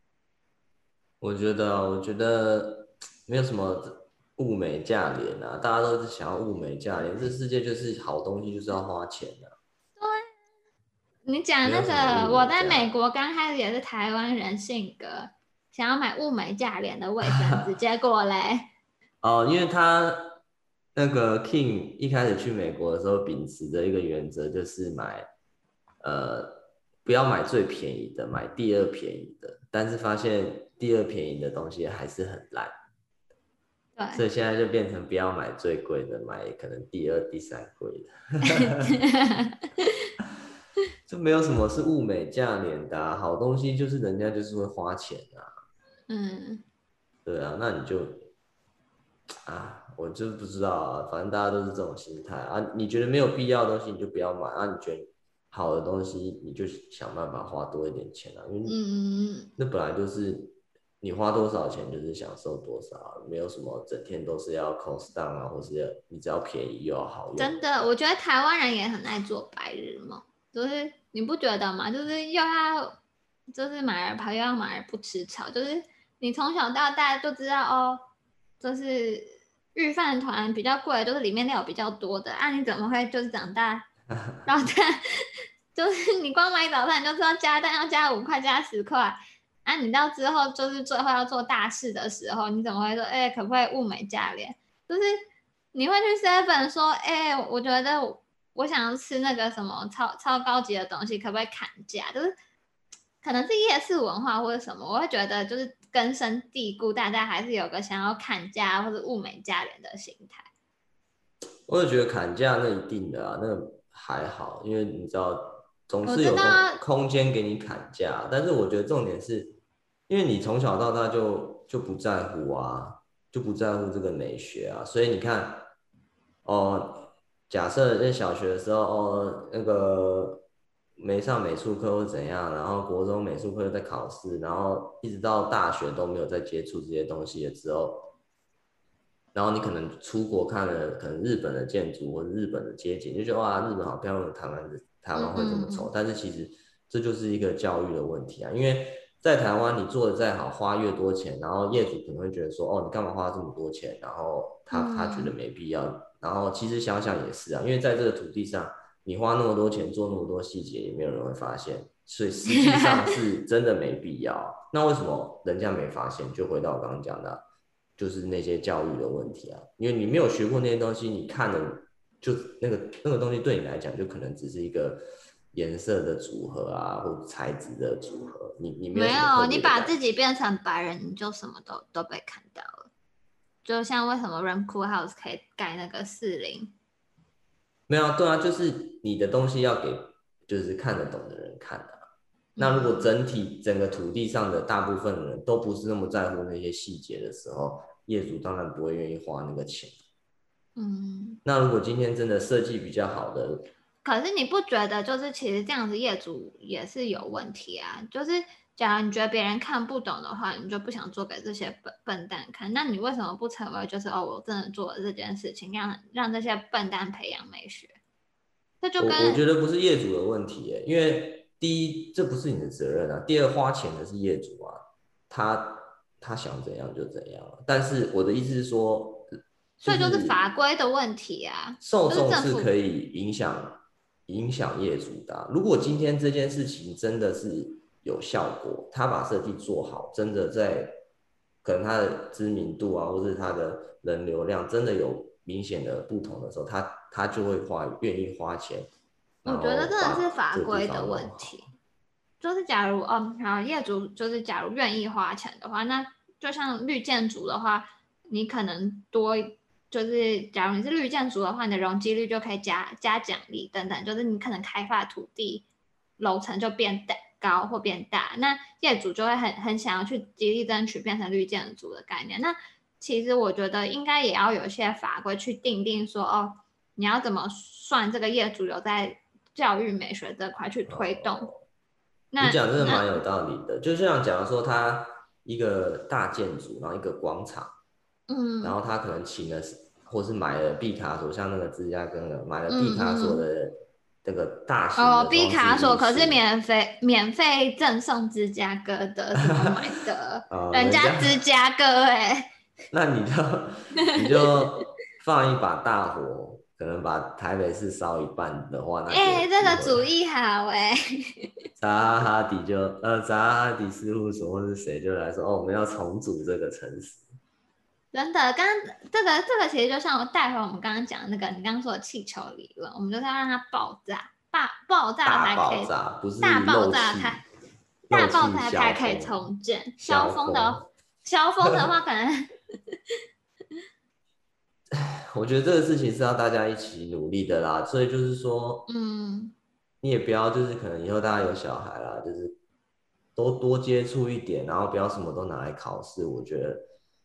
我觉得没有什么物美价廉啊，大家都是想要物美价廉，这世界就是好东西就是要花钱啊， 你讲那没有什么个，我在物美价美国刚开始也是台湾人性格，想要买物美价廉的卫生纸，结果嘞， 哦，因为他那个 King 一开始去美国的时候，秉持的一个原则就是呃不要买最便宜的，买第二便宜的，但是发现第二便宜的东西还是很烂，所对， 以现在就变成不要买最贵的，买可能第二、第三贵的。就没有什么是物美价廉的啊，好东西就是人家就是会花钱啊， 嗯， 对啊，那你就我就不知道啊，反正大家都是这种心态啊。你觉得没有必要的东西你就不要买啊，你觉得好的东西你就想办法花多一点钱啊，因为嗯， 那本来就是你花多少钱就是享受多少啊，没有什么整天都是要 cost down 啊，或是你只要便宜又要好用。 真的，我觉得台湾人也很爱做白日梦，就是你不觉得吗？就是又要就是买而跑，又要买而不吃草，就是你从小到大就知道哦，就是御饭团比较贵，就是里面料比较多的啊，你怎么会就是长大然后蛋就是你光买早餐你就知道加蛋要加5块加10块，啊，你到之后就是最后要做大事的时候，你怎么会说，哎、可不可以物美价廉？就是你会去 Seven 说，哎、我觉得我想要吃那个什么超高级的东西，可不可以砍价？就是可能是夜市文化或者什么，我会觉得就是根深蒂固，大家还是有个想要砍价或者物美价廉的心态。 我也觉得砍价那一定的啊，那个还好，因为你知道总我知道， 是有空间给你砍价，但是我觉得重点是，因为你从小到大就不在乎啊，就不在乎这个美学啊，所以你看，哦，假设在小学的时候，哦，那个没上美术课或怎样，然后国中美术课在考试，然后一直到大学都没有再接触这些东西了之后。然后你可能出国看了可能日本的建筑或者日本的街景，就觉得哇，日本好漂亮，台湾会这么丑。但是其实这就是一个教育的问题啊，因为在台湾你做的再好，花越多钱，然后业主可能会觉得说，哦，你干嘛花这么多钱？然后他觉得没必要。然后其实想想也是啊，因为在这个土地上，你花那么多钱做那么多细节，也没有人会发现，所以实际上是真的没必要。那为什么人家没发现？就回到我刚刚讲的啊，就是那些教育的问题啊，因为你没有学过那些东西，你看了就那个东西对你来讲，就可能只是一个颜色的组合啊，或者材质的组合，你没有没什么特有，你把别的感觉。 自己变成白人，你就什么都被看到了。就像为什么 Rem Cool House 可以盖那个40， 没有啊，对啊，就是你的东西要给就是看得懂的人看的啊。那如果嗯整个土地上的大部分人都不是那么在乎那些细节的时候，业主当然不会愿意花那个钱。 嗯。 那如果今天真的设计比较好的， 可是你不觉得就是其实这样子业主也是有问题啊？就是假如你觉得别人看不懂的话，你就不想做给这些笨蛋看，那你为什么不成为就是哦，我真的做了这件事情，让这些笨蛋培养美学？这就我觉跟得不是业主的问题耶，因为第一这不是你的责任啊，第二花钱的是业主啊，他他想怎样就怎样啊。但是我的意思是说，就所以就是法是规的问题啊，就是受众政府是可以影响业主的啊。如果今天这件事情真的是有效果，他把设计做好，真的在可能他的知名度啊，或者他的人流量真的有明显的不同的时候，他就会愿意花钱，然我觉得后真的是把这个地法规的方弄问题。 好。 就是假如好业主就是假如愿意花钱的话，那就像绿建筑的话，你可能多就是假如你是绿建筑的话，你的容积率就可以加奖励等等，就是你可能开发土地楼层就变大高或变大，那业主就会很想要去极力争取变成绿建筑的概念。那其实我觉得应该也要有一些法规去定说哦，你要怎么算这个业主有在教育美学这块去推动。 哦，你那讲真的蛮那有道理的，就像假如说他一个大建筑，然后一个广场，然嗯后他可能或是买了毕卡索，像那个芝加哥的买了毕卡索嗯的那个大型的毕卡索可是装置艺术免费赠送芝加哥的，怎么买的？人人家家芝加哥那你就放一把大火，可能把台北市烧一半的话，那就有这机会。 个主意好扎哈迪扎哈迪事务所或是谁就来说，哦，我们要重组这个城市。 真的，这个其实就像我带回我们刚刚讲的那个你刚刚说的气球理论，我们就是要让它爆炸，爆炸才可以大爆炸，不是大爆漏气， 炸才漏才可以重建。消风的话，可能我觉得这个事情是要大家一起努力的啦，所以就是说，你也不要就是可能以后大家有小孩啦，就是多接触一点，然后不要什么都拿来考试。我觉得，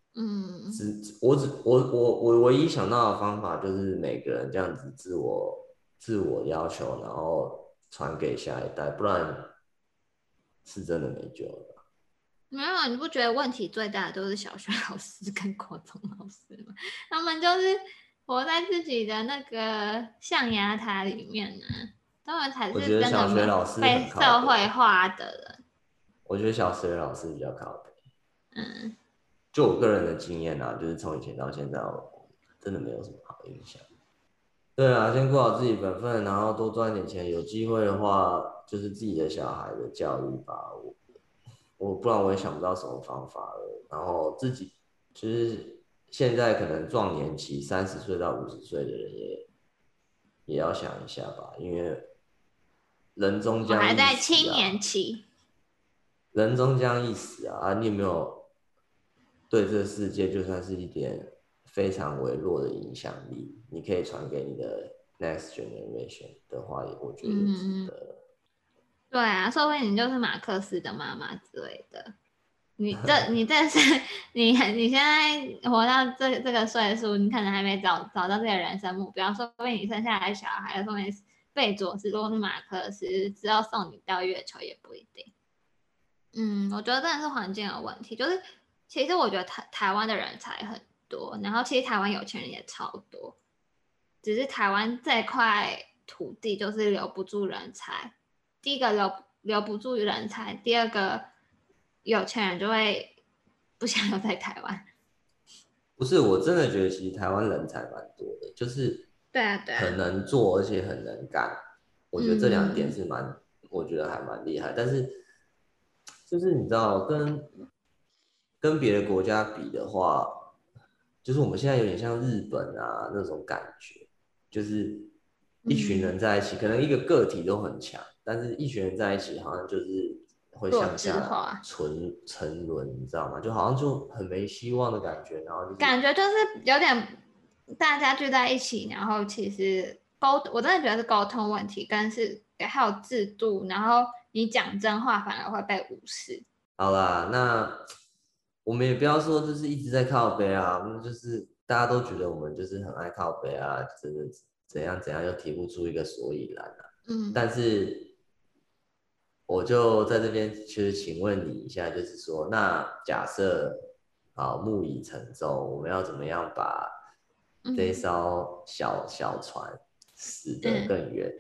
我唯一想到的方法就是每个人这样子自我要求，然后传给下一代，不然是真的没救了。 没有，你不觉得问题最大的都是小学老师跟国中老师吗？他们就是活在自己的那个象牙塔里面呢、他们才是真的没有被社会化的人。 我觉得小学老师比较靠北。就我个人的经验啊，就是从以前到现在，我真的没有什么好印象。对啊，先过好自己本分，然后多赚点钱。有机会的话，就是自己的小孩的教育吧。我不然我也想不到什么方法了。然后自己就是现在可能壮年期30岁到50岁的人也要想一下吧，因为人终我还将一在青死啊， 年期， 人终将一死啊！你有没有对这个世界就算是一点非常微弱的影响力，你可以传给你的 next generation 的话，我觉得也值得。 对啊，说不定你就是马克思的妈妈之类的。你这是你现在活到这个岁数，你可能还没找到自己的人生目标，说不定你生下来的小孩，说不定贝佐斯或是马克思之后送你到月球也不一定。我觉得真的是环境的问题，就是其实我觉得台湾的人才很多，然后其实台湾有钱人也超多，只是台湾这块土地就是留不住人才。第一个留不住人才，第二个有钱人就会不想留在台湾。 不是，我真的觉得其实台湾人才蛮多的，就是对啊，对很啊， 能做，而且很能干。我觉得这两点是我觉得还蛮厉害。但是就是你知道，跟别的国家比的话，就是我们现在有点像日本啊那种感觉，就是一群人在一起，可能一个个体都很强，但是一群人在一起好像就是会弱向下智化， 沉沦，你知道吗？就好像就很没希望的感觉，然后就是感觉就是有点大家聚在一起，然后其实我真的觉得是沟通问题，还有制度，然后你讲真话反而会被无视。 好啦，那我们也不要说就是一直在靠背啊，就是大家都觉得我们就是很爱靠背啊，真的怎样怎样又提不出一个所以然啊。但是我就在这边其实请问你一下，就是说，那假设木已成舟，我们要怎么样把这艘小船驶得更远？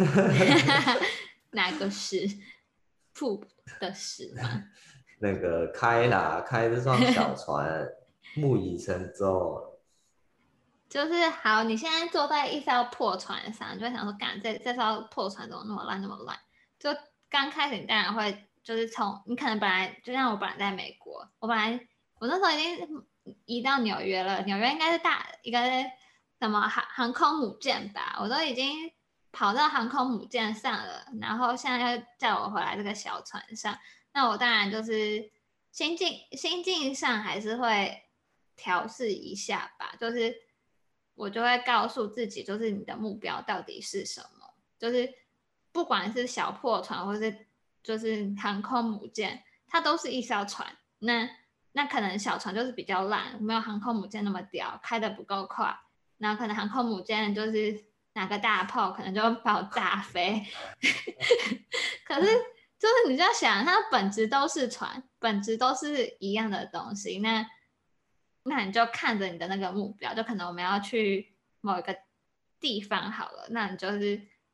哪个是瀑的是吗？ 那个开这双小船，木已成舟。 就是好，你现在坐在一艘破船上，你就会想说，干这艘破船怎么那么烂那么烂？就刚开始你当然会，就是你可能本来就像我本来在美国，我那时候已经移到纽约了，纽约应该是一个什么航空母舰吧，我都已经跑到航空母舰上了，然后现在又叫我回来这个小船上，那我当然就是心境上还是会调试一下吧，就是我就会告诉自己，就是你的目标到底是什么，就是不管是小破船或是就是航空母舰，它都是一艘船。那可能小船就是比较烂，没有航空母舰那么屌，开的不够快。然后可能航空母舰就是拿个大炮，可能就把我炸飞。可是就是你就要想，它本质都是船，本质都是一样的东西。那你就看着你的那个目标，就可能我们要去某一个地方好了，那你就是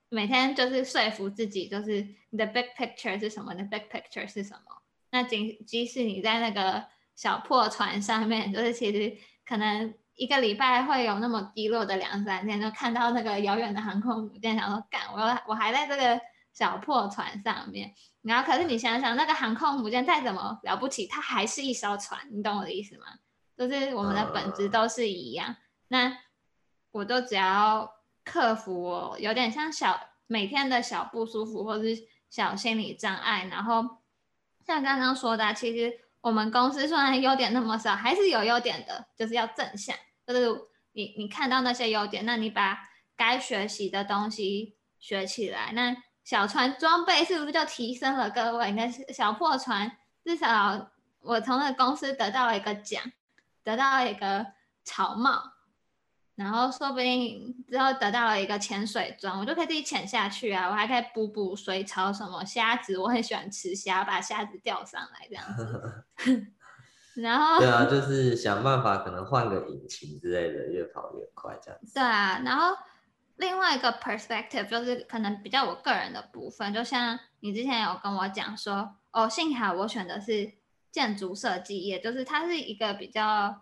每天就是说服自己，就是你的 big picture 是什么，你的 big picture 是什么。那即使你在那个小破船上面，就是其实可能一个礼拜会有那么低落的2-3天，就看到那个遥远的航空母舰，想说干，我还在这个小破船上面。然后可是你想想，那个航空母舰再怎么了不起，它还是一艘船，你懂我的意思吗？就是我们的本质都是一样。那我都只要克服我有点像每天的小不舒服或是小心理障碍，然后像刚刚说的啊，其实我们公司虽然优点那么少，还是有优点的，就是要正向，就是你看到那些优点，那你把该学习的东西学起来，那小船装备是不是就提升了？各位，你的小破船至少我从那个公司得到了一个奖，得到了一个草帽。然后说不定之后得到了一个潜水装，我就可以自己潜下去啊！我还可以捕水草什么虾子，我很喜欢吃虾，把虾子钓上来这样子。然后对啊，就是想办法可能换个引擎之类的，越跑越快这样子。 对啊，然后另外一个 perspective 就是可能比较我个人的部分，就像你之前有跟我讲说，哦，幸好我选的是建筑设计业，就是它是一个比较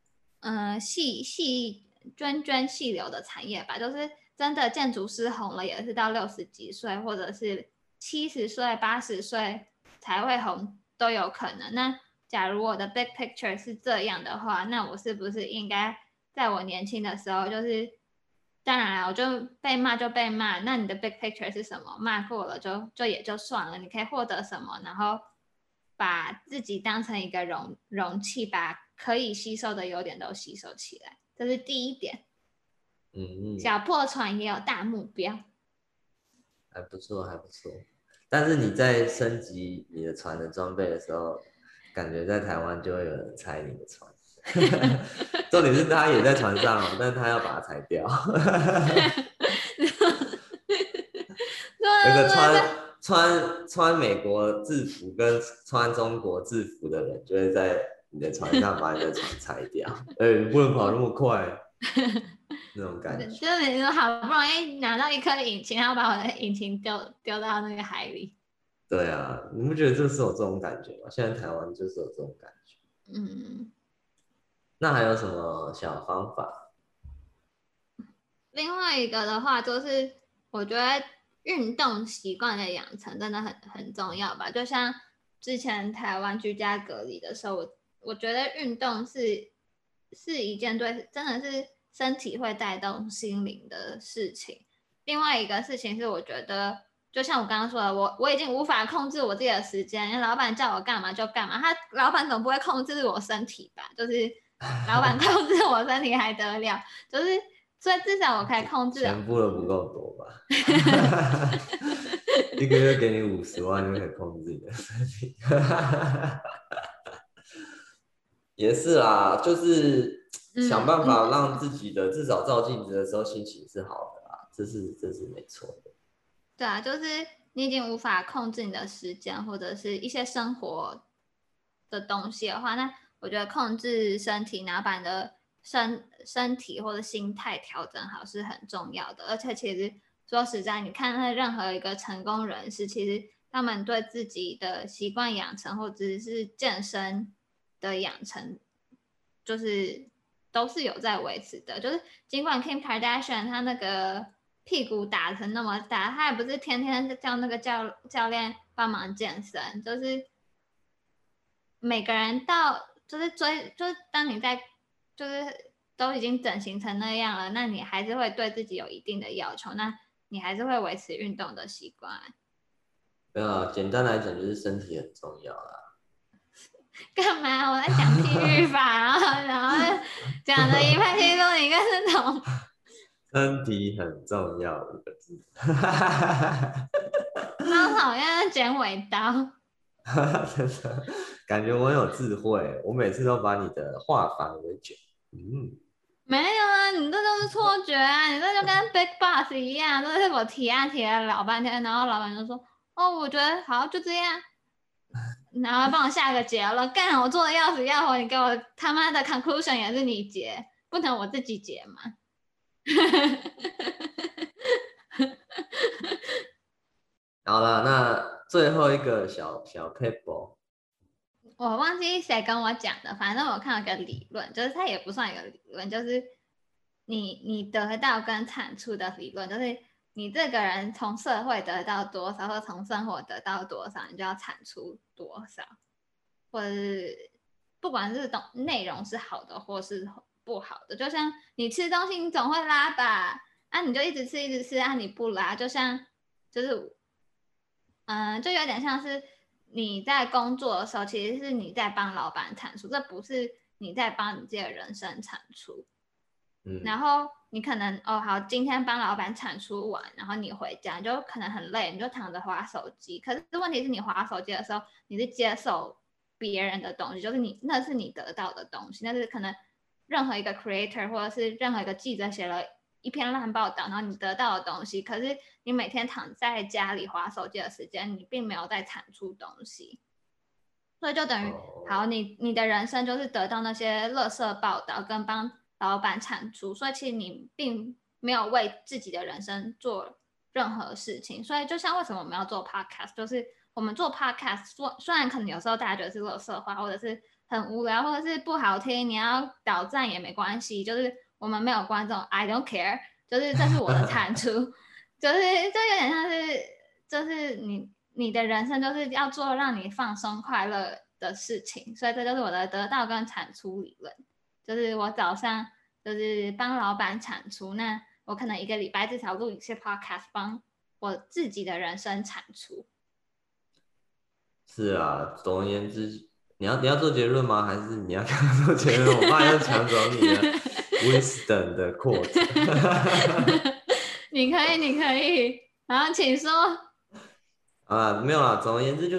涓细流的产业吧，就是真的建筑师红了也是到60几岁，或者是70岁、80岁才会红都有可能。那假如我的 big picture 是这样的话，那我是不是应该在我年轻的时候，就是当然了，我就被骂就被骂，那你的 big picture 是什么？骂过了就也就算了，你可以获得什么，然后把自己当成一个容器，把可以吸收的优点都吸收起来，这是第一点。小破船也有大目标， 还不错，还不错。但是你在升级你的船的装备的时候，感觉在台湾就会有人拆你的船。重点是他也在船上哦，但是他要把它拆掉。那个穿美国制服跟穿中国制服的人，就会在你的船上把你的船拆掉。你不能跑那么快，那种感觉。 就是你说好不容易拿到一颗引擎，然后把我的引擎丢到那个海里。 对啊，你不觉得就是有这种感觉吗？现在台湾就是有这种感觉。 嗯， 那还有什么小方法？ 另外一个的话，就是我觉得运动习惯的养成真的很重要吧。就像之前台湾居家隔离的时候，我觉得运动是一件真的是身体会带动心灵的事情。另外一个事情是，我觉得就像我刚刚说的，我已经无法控制我自己的时间，因为老板叫我干嘛就干嘛。老板总不会控制我身体吧？就是老板控制我身体还得了？就是所以至少我可以控制。 钱付的不够多吧？一个月给你50万就可以控制你的身体。也是啦，就是想办法让自己的至少照镜子的时候心情是好的啦，这是没错的。 对啊，就是你已经无法控制你的时间或者是一些生活的东西的话，那我觉得控制身体，然后把你的身体或者心态调整好是很重要的。而且其实说实在，你看那任何一个成功人士，其实他们对自己的习惯养成或者是健身的养成，就是都是有在维持的。就是尽管 Kim Kardashian 他那个屁股打成那么大，他也不是天天叫那个教练帮忙健身，就是每个人就是当你在就是都已经整形成那样了，那你还是会对自己有一定的要求，那你还是会维持运动的习惯。 没有啊，简单来讲就是身体很重要啦。 干嘛？我在讲譬喻法，然后讲的一派轻松，你跟那种身体很重要5个字。 超讨厌剪尾刀。 真的感觉我很有智慧，我每次都把你的话反为卷。 没有啊，你这就是错觉啊！你这就跟 Big Boss 一样，就是我提案提了老半天，然后老板就说：“哦，我觉得好，就这样。”然后帮我下个结论，干我做的要死要活，你给我他妈的 conclusion 也是你结，不能我自己结吗？ 好了，那最后一个小 paper， 我忘记谁跟我讲的，反正我看了个理论，就是它也不算一个理论，就是你得到跟产出的理论，就是你这个人从社会得到多少，或从生活得到多少，你就要产出多少，或者是不管是内容是好的或是不好的，就像你吃东西，你总会拉吧，啊，你就一直吃一直吃，啊，你不拉，就像就是就有点像是你在工作的时候，其实是你在帮老板产出，这不是你在帮你自己的人生产出。然后你可能好，今天帮老板产出完，然后你回家你就可能很累，你就躺着滑手机。可是问题是你滑手机的时候，你是接受别人的东西，就是那是你得到的东西，那是可能任何一个 creator 或者是任何一个记者写了一篇烂报道，然后你得到的东西。可是你每天躺在家里滑手机的时间，你并没有在产出东西，所以就等于好，你的人生就是得到那些垃圾报道跟帮老板产出，所以其实你并没有为自己的人生做任何事情。所以就像为什么我们要做 podcast， 就是我们做 podcast， 虽然可能有时候大家觉得是垃圾话，或者是很无聊，或者是不好听，你要倒赞也没关系，就是我们没有观众 ，I don't care， 就是这是我的产出，就是就有点像是就是你的人生就是要做让你放松快乐的事情，所以这就是我的得到跟产出理论。就是我早上就是帮老板产出，那我可能一个礼拜至少录一次 podcast， 帮我自己的人生产出。 是啊，总而言之，你要做结论吗？还是你要刚刚做结论？我怕要抢走你的 wisdom 的 quote。 你可以，你可以，然后请说。 啊，没有啦。总而言之就是，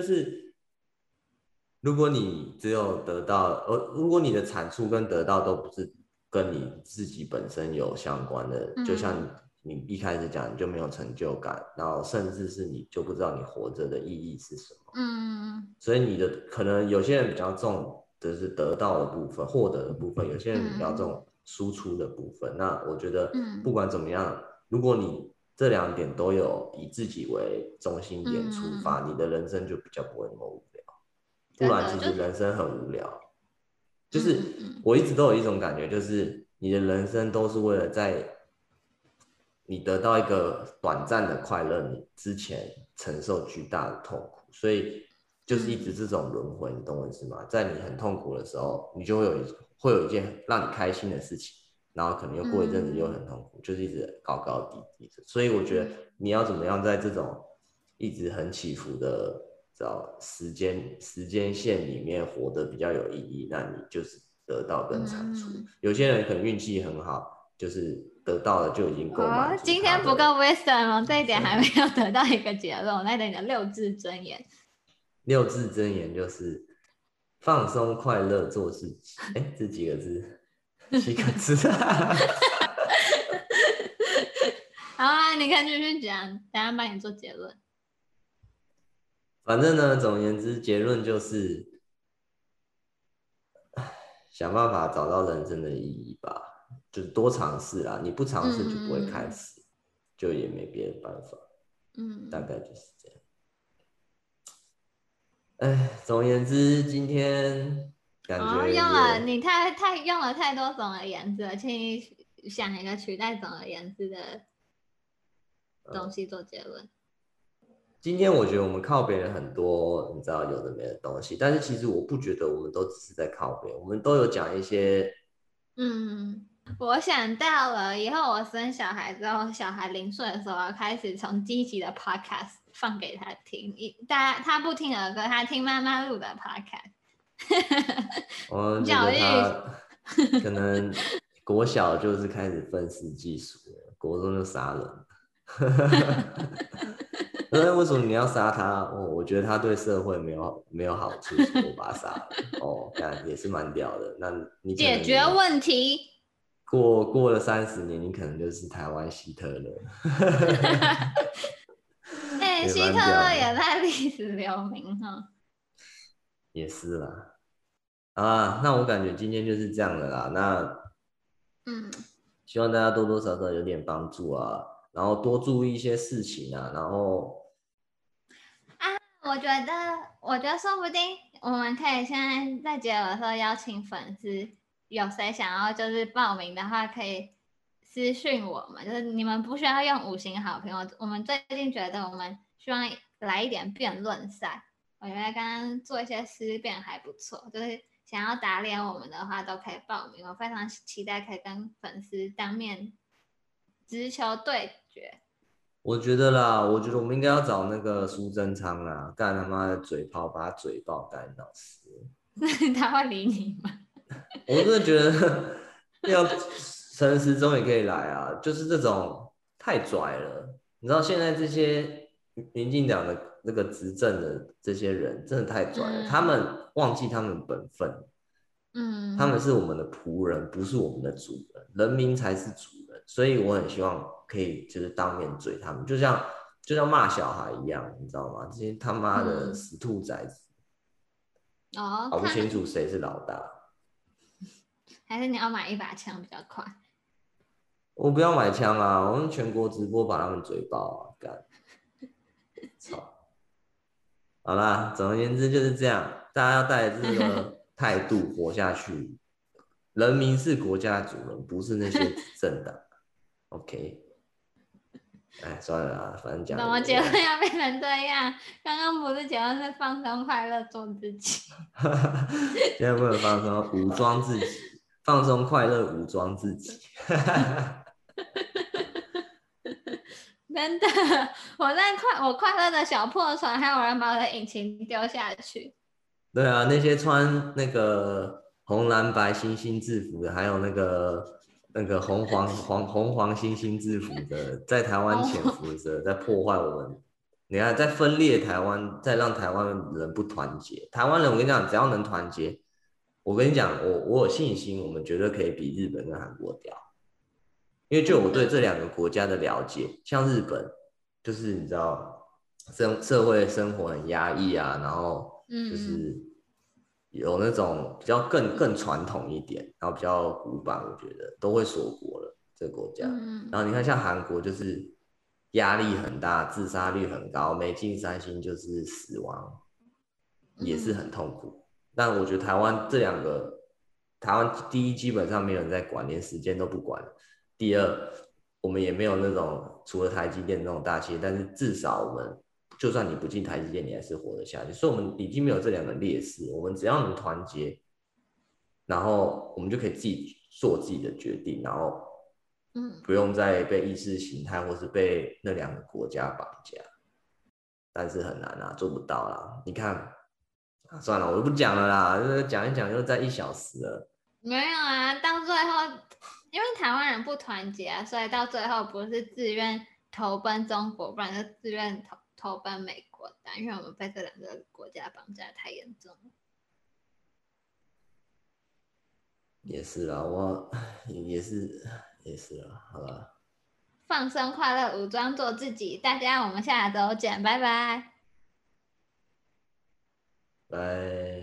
如果你只有得到，如果你的产出跟得到都不是跟你自己本身有相关的，就像你一开始讲，你就没有成就感，然后甚至是你就不知道你活着的意义是什么。所以你的可能有些人比较重的是得到的部分、获得的部分，有些人比较重输出的部分。那我觉得不管怎么样，如果你这两点都有以自己为中心点出发，你的人生就比较不会那么无聊。不然其实人生很无聊。就是我一直都有一种感觉，就是你的人生都是为了在你得到一个短暂的快乐，你之前承受巨大的痛苦，所以就是一直这种轮回，你懂我意思吗？在你很痛苦的时候，你就会有一件让你开心的事情，然后可能又过一阵子又很痛苦，就是一直高高低低的。所以我觉得你要怎么样在这种一直很起伏的时间线里面活得比较有意义，那你就是得到跟产出。有些人可能运气很好，就是得到了就已经够满足。 今天不够 wisdom 哦，这一点还没有得到一个结论。我在等你的6字真言。 6字真言就是放松、快乐、做自己。这几个字，7个字。 好啊，你可以继续讲，等下帮你做结论。 反正呢，总而言之，结论就是想办法找到人生的意义吧，就是多尝试啦。你不尝试就不会开始，就也没别的办法。大概就是这样。总而言之，今天感觉用了你太用了太多总而言之了，请你想一个取代总而言之的东西做结论。 今天我觉得我们靠别人很多，你知道有的没的东西，但是其实我不觉得我们都只是在靠别人，我们都有讲一些。 我想到了，以后我生小孩之后，小孩0岁的时候，要开始从第一集的 podcast 放给他听，他不听儿歌，他听妈妈录的 podcast。 我觉得他可能国小就是开始愤世嫉俗了，国中就杀人。那为什么你要杀他？我觉得他对社会没有好处，所以我把他杀了。看也是蛮屌的。那你解决问题。 过了30年，你可能就是台湾希特勒。 希特勒也在历史留名哈。 也是啦。那我感觉今天就是这样的啦。那希望大家多多少少有点帮助啊。 然后多注意一些事情啊，然后我觉得说不定我们可以现在在结尾的时候邀请粉丝，有谁想要就是报名的话，可以私讯我们，就是你们不需要用5星好评。我们最近觉得我们希望来一点辩论赛，我觉得刚刚做一些思辨还不错，就是想要打脸我们的话都可以报名，我非常期待可以跟粉丝当面直球对决。 我觉得我们应该要找那个苏贞昌啦，干他妈的嘴炮，把他嘴爆，干老师。 他会理你吗？ 我真的觉得要陈时中也可以来啊，就是这种太拽了。你知道现在这些民进党的那个执政的这些人真的太拽了，他们忘记他们本分，他们是我们的仆人，不是我们的主人，人民才是主人。所以我很希望可以就是当面嘴他们，就像骂小孩一样，你知道吗？这些他妈的死兔崽子，搞不清楚谁是老大。 还是你要买一把枪比较快？ 我不要买枪啊！我们全国直播把他们嘴爆啊！干，操！好啦，总而言之就是这样，大家要带着这个态度活下去。人民是国家的主人，不是那些政党。OK， 哎，算了啦，反正讲怎么结论要变成这样？刚刚不是结论是放松快乐做自己？ 现在不能放松，武装自己，放松快乐，武装自己。 真的，我快乐的小破船，还有人把我的引擎丢下去。 对啊，那些穿那个红蓝白星星制服的，还有那个红黄星星制服的，在台湾潜伏着，在破坏我们。你看，在分裂台湾，在让台湾人不团结。台湾人，我跟你讲，只要能团结，我跟你讲，我有信心，我们绝对可以比日本跟韩国屌。因为就我对这2个国家的了解，像日本，就是你知道，社会生活很压抑啊，然后就是有那种比较更传统一点，然后比较古板，我觉得都会锁国了这个国家。然后你看像韩国，就是压力很大，自杀率很高，没进3星就是死亡，也是很痛苦。但我觉得台湾这2个，台湾第一基本上没有人在管，连时间都不管。第二，我们也没有那种除了台积电那种大企业，但是至少我们就算你不进台积电，你还是活得下去。所以我们已经没有这2个劣势，我们只要能团结，然后我们就可以自己做自己的决定，然后不用再被意识形态或是被那2个国家绑架。但是很难啊，做不到啦。你看，算了，我就不讲了啦，讲一讲又在1小时了。 没有啊，到最后，因为台湾人不团结啊，所以到最后不是自愿投奔中国，不然就自愿投奔美国的，因为我们被这2个国家绑架太严重了。 也是啦，我也是啦，好吧。 放松快乐，武装做自己。大家，我们下周见，拜拜。 拜。